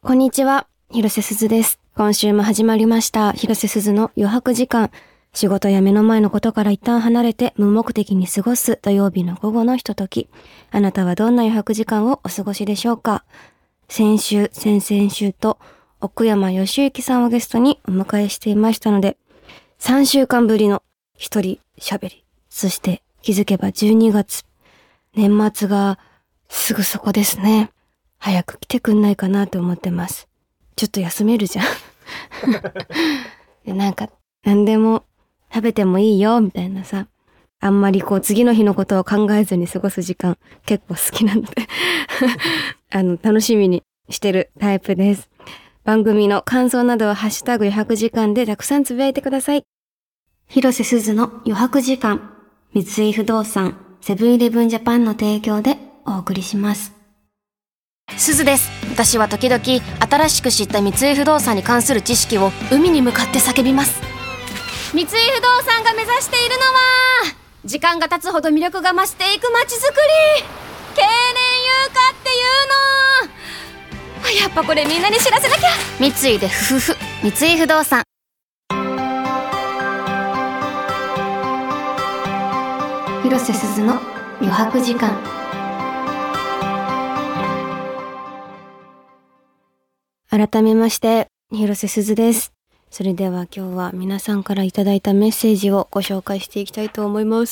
こんにちは、広瀬すずです。今週も始まりました広瀬すずの余白時間。仕事や目の前のことから一旦離れて無目的に過ごす土曜日の午後のひととき。あなたはどんな余白時間をお過ごしでしょうか？先週、先々週と奥山義行さんをゲストにお迎えしていましたので、3週間ぶりの一人喋り。そして気づけば12月。年末がすぐそこですね。早く来てくんないかなと思ってます。ちょっと休めるじゃん。なんか何でも食べてもいいよみたいなさ。あんまり次の日のことを考えずに過ごす時間結構好きなので楽しみにしてるタイプです。番組の感想などはハッシュタグ余白時間でたくさんつぶやいてください。広瀬すずの余白時間、三井不動産、セブンイレブンジャパンの提供でお送りします。 すずです。私は時々新しく知った三井不動産に関する知識を海に向かって叫びます。三井不動産が目指しているのは、時間が経つほど魅力が増していく街づくり、経年優化っていうの。やっぱこれみんなに知らせなきゃ。三井でふふふ、三井不動産。 広瀬すずの余白時間。改めまして広瀬すずです。それでは今日は皆さんからいただいたメッセージをご紹介していきたいと思います。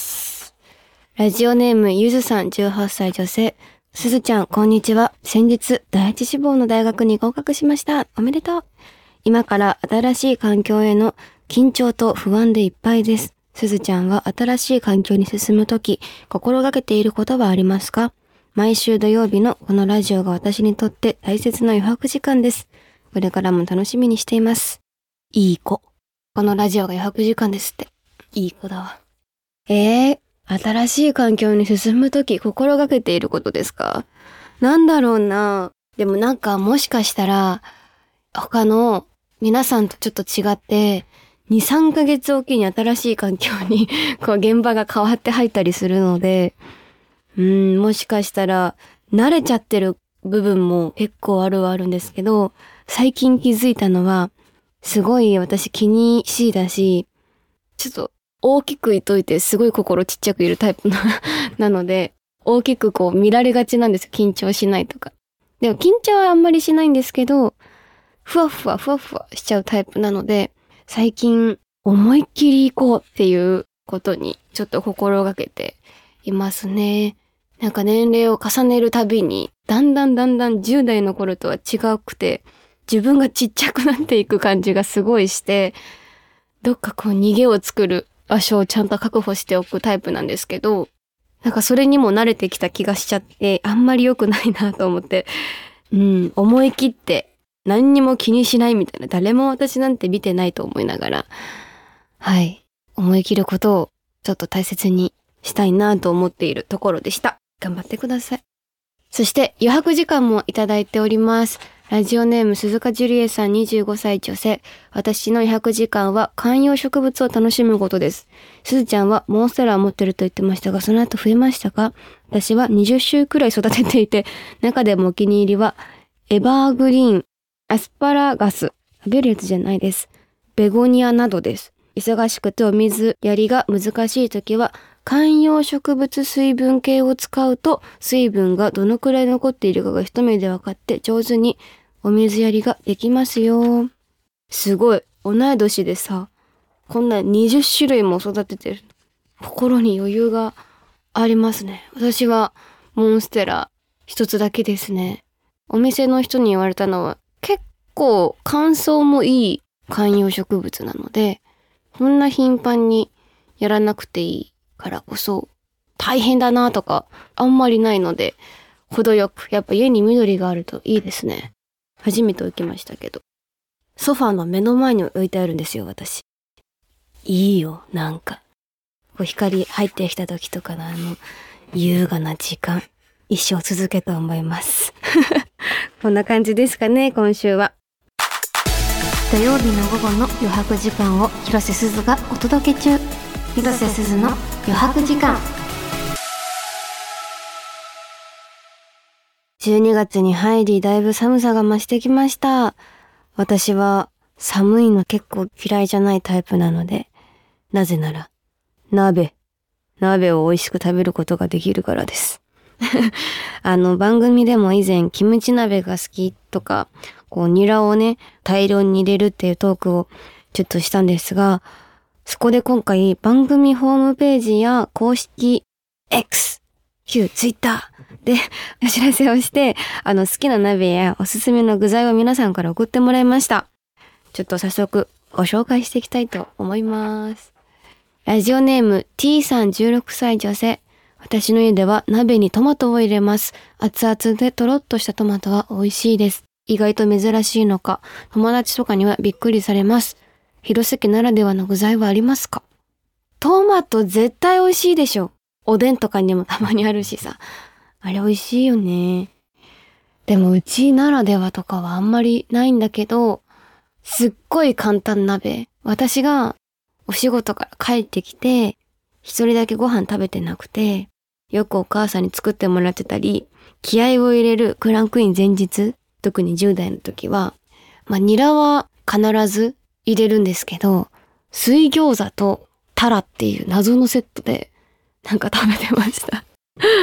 ラジオネームゆずさん、18歳女性。すずちゃんこんにちは。先日第一志望の大学に合格しました。おめでとう。今から新しい環境への緊張と不安でいっぱいです。すずちゃんは新しい環境に進むとき心がけていることはありますか？毎週土曜日のこのラジオが私にとって大切な余白時間です。これからも楽しみにしています。いい子。このラジオが余白時間ですって。いい子だわ。新しい環境に進むとき心がけていることですか？なんだろうな。でもなんかもしかしたら他の皆さんとちょっと違って2、3ヶ月おきに新しい環境に現場が変わって入ったりするので、もしかしたら慣れちゃってる部分も結構あるはあるんですけど、最近気づいたのは、すごい私気にしいだし、ちょっと大きく言っといてすごい心ちっちゃくいるタイプなので、大きく見られがちなんですよ。緊張しないとか。でも緊張はあんまりしないんですけど、ふわふわしちゃうタイプなので、最近思いっきり行こうっていうことにちょっと心がけていますね。なんか年齢を重ねるたびに、だんだん10代の頃とは違くて、自分がちっちゃくなっていく感じがすごいして、どっか逃げを作る場所をちゃんと確保しておくタイプなんですけど、なんかそれにも慣れてきた気がしちゃって、あんまり良くないなと思って、思い切って何にも気にしないみたいな、誰も私なんて見てないと思いながら、はい、思い切ることをちょっと大切にしたいなと思っているところでした。頑張ってください。そして余白時間もいただいております。ラジオネーム鈴鹿ジュリエさん、25歳女性。私の余白時間は観葉植物を楽しむことです。すずちゃんはモンステラを持ってると言ってましたが、その後増えましたか？私は20種くらい育てていて、中でもお気に入りはエバーグリーン、アスパラガス、食べるやつじゃないです。ベゴニアなどです。忙しくてお水やりが難しい時は観葉植物水分計を使うと水分がどのくらい残っているかが一目で分かって上手にお水やりができますよ。すごい。同い年でさ、こんな20種類も育ててる。心に余裕がありますね。私はモンステラ一つだけですね。お店の人に言われたのは結構乾燥もいい観葉植物なので、そんな頻繁にやらなくていいからこそ大変だなとかあんまりないので、程よくやっぱ家に緑があるといいですね。初めて置きましたけど、ソファーの目の前に置いてあるんですよ、私。いいよ、なんか光入ってきた時とかの優雅な時間、一生続けと思いますこんな感じですかね、今週は。土曜日の午後の余白時間を広瀬すずがお届け中。広瀬すずの余白時間。 12月に入りだいぶ寒さが増してきました。私は寒いの結構嫌いじゃないタイプなので、なぜなら鍋を美味しく食べることができるからです。番組でも以前キムチ鍋が好きとか、ニラをね大量に入れるっていうトークをちょっとしたんですが、そこで今回番組ホームページや公式 X、旧 Twitter でお知らせをして、好きな鍋やおすすめの具材を皆さんから送ってもらいました。ちょっと早速ご紹介していきたいと思います。ラジオネーム T さん16歳女性。私の家では鍋にトマトを入れます。熱々でとろっとしたトマトは美味しいです。意外と珍しいのか、友達とかにはびっくりされます。広瀬家ならではの具材はありますか？トマト絶対美味しいでしょ。おでんとかにもたまにあるしさ。あれ美味しいよね。でもうちならではとかはあんまりないんだけど、すっごい簡単鍋。私がお仕事から帰ってきて、一人だけご飯食べてなくて、よくお母さんに作ってもらってたり、気合を入れるクランクイン前日、特に10代の時は、ニラは必ず入れるんですけど、水餃子とタラっていう謎のセットで食べてました。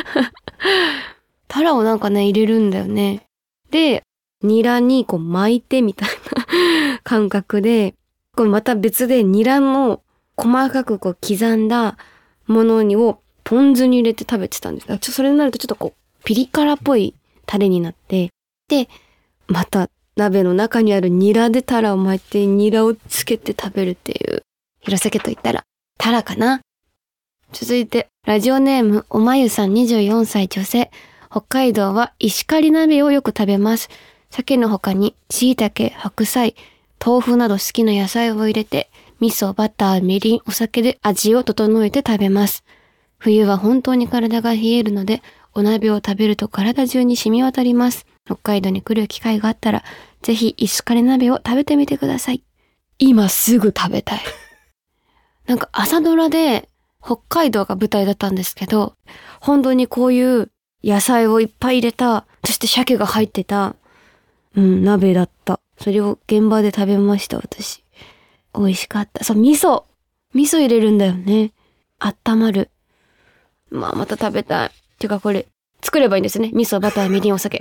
タラを入れるんだよね。で、ニラに巻いてみたいな感覚で、また別でニラの細かく刻んだものをポン酢に入れて食べてたんです。それになるとちょっとピリ辛っぽいタレになって、で、また鍋の中にあるニラでタラを巻いてニラをつけて食べるっていう。広瀬家と言ったらタラかな。続いてラジオネームおまゆさん24歳女性。北海道は石狩鍋をよく食べます。鮭の他に椎茸、白菜、豆腐など好きな野菜を入れて、味噌、バター、みりん、お酒で味を整えて食べます。冬は本当に体が冷えるので、お鍋を食べると体中に染み渡ります。北海道に来る機会があったら、ぜひ石狩鍋を食べてみてください。今すぐ食べたい。朝ドラで北海道が舞台だったんですけど、本当にこういう野菜をいっぱい入れた、そして鮭が入ってた、鍋だった。それを現場で食べました、私。美味しかった。そう、味噌入れるんだよね。あったまる。また食べたい。てかこれ、作ればいいんですね。味噌、バター、みりん、お酒。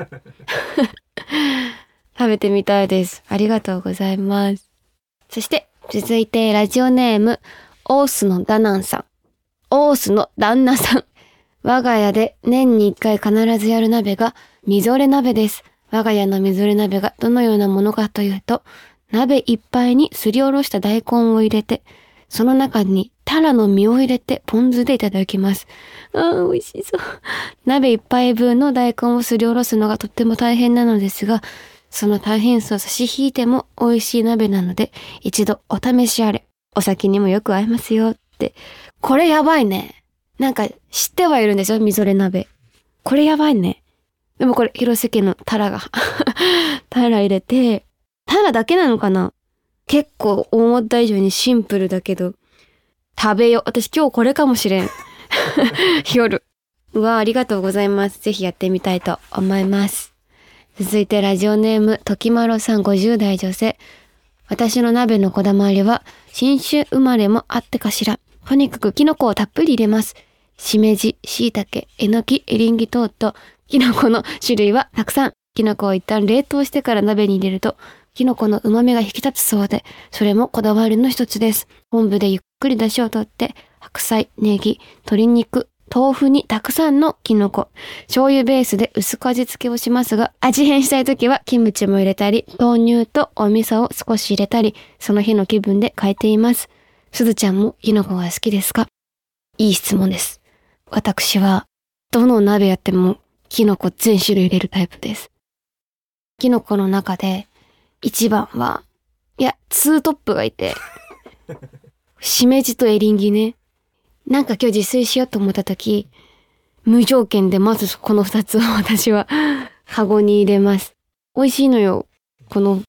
食べてみたいです。ありがとうございます。そして、続いてラジオネーム、オースのダナンさん。オースの旦那さん。我が家で年に1回必ずやる鍋が、みぞれ鍋です。我が家のみぞれ鍋がどのようなものかというと、鍋いっぱいにすりおろした大根を入れて、その中にタラの実を入れてポン酢でいただきます。美味しそう。鍋いっぱい分の大根をすりおろすのがとっても大変なのですが、その大変さを差し引いても美味しい鍋なので、一度お試しあれ。お酒にもよく合いますよって。これやばいね。知ってはいるんですよ、みぞれ鍋。これやばいね。でもこれ、広瀬家のタラ入れて、タラだけなのかな？結構思った以上にシンプルだけど、食べよう。私今日これかもしれん。夜。ありがとうございます。ぜひやってみたいと思います。続いてラジオネーム、ときまろさん50代女性。私の鍋のこだわりは、新種生まれもあってかしら。とにかくキノコをたっぷり入れます。しめじ、しいたけ、えのき、エリンギ等々、キノコの種類はたくさん。キノコを一旦冷凍してから鍋に入れると、キノコの旨味が引き立つそうで、それもこだわりの一つです。昆布でゆっくり出汁を取って、白菜、ネギ、鶏肉、豆腐にたくさんのキノコ、醤油ベースで薄く味付けをしますが、味変したいときはキムチも入れたり、豆乳とお味噌を少し入れたり、その日の気分で変えています。すずちゃんもキノコが好きですか？いい質問です。私は、どの鍋やってもキノコ全種類入れるタイプです。キノコの中で、一番は、ツートップがいて、しめじとエリンギね。今日自炊しようと思った時、無条件でまずこの2つを私はカゴに入れます。美味しいのよ、この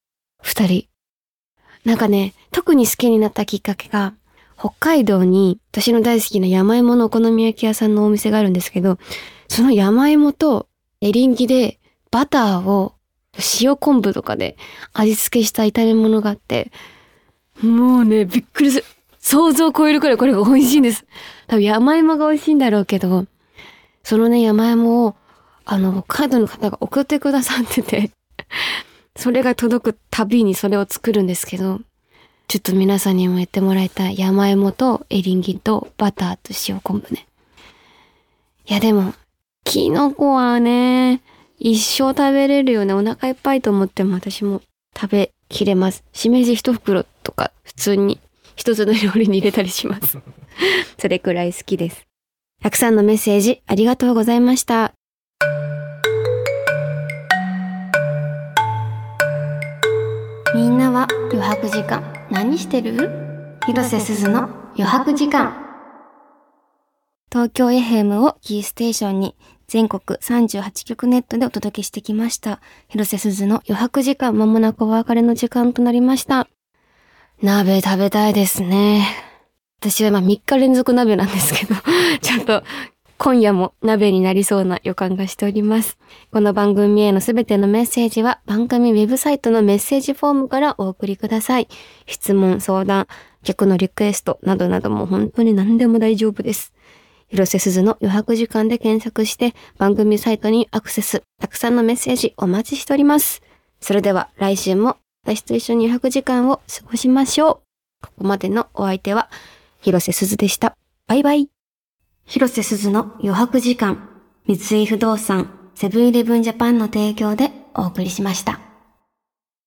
2人。特に好きになったきっかけが、北海道に私の大好きな山芋のお好み焼き屋さんのお店があるんですけど、その山芋とエリンギでバターを塩昆布とかで味付けした炒め物があって、もうね、びっくりする。想像を超えるくらいこれが美味しいんです。多分山芋が美味しいんだろうけど、そのね、山芋を、北海道の方が送ってくださってて、それが届くたびにそれを作るんですけど、ちょっと皆さんにもやってもらいたい山芋とエリンギとバターと塩昆布ね。いやでも、キノコはね、一生食べれるよね。お腹いっぱいと思っても私も食べきれます。しめじ一袋とか普通に一つの料理に入れたりします。それくらい好きです。たくさんのメッセージありがとうございました。みんなは余白時間何してる？広瀬すずの余白時間。東京 FM をキーステーションに全国38局ネットでお届けしてきました。広瀬すずの余白時間、まもなくお別れの時間となりました。鍋食べたいですね。私は3日連続鍋なんですけど、ちょっと今夜も鍋になりそうな予感がしております。この番組へのすべてのメッセージは番組ウェブサイトのメッセージフォームからお送りください。質問、相談、客のリクエストなどなども本当に何でも大丈夫です。広瀬すずの余白時間で検索して番組サイトにアクセス。たくさんのメッセージお待ちしております。それでは来週も私と一緒に余白時間を過ごしましょう。ここまでのお相手は広瀬すずでした。バイバイ。広瀬すずの余白時間、三井不動産、セブンイレブンジャパンの提供でお送りしました。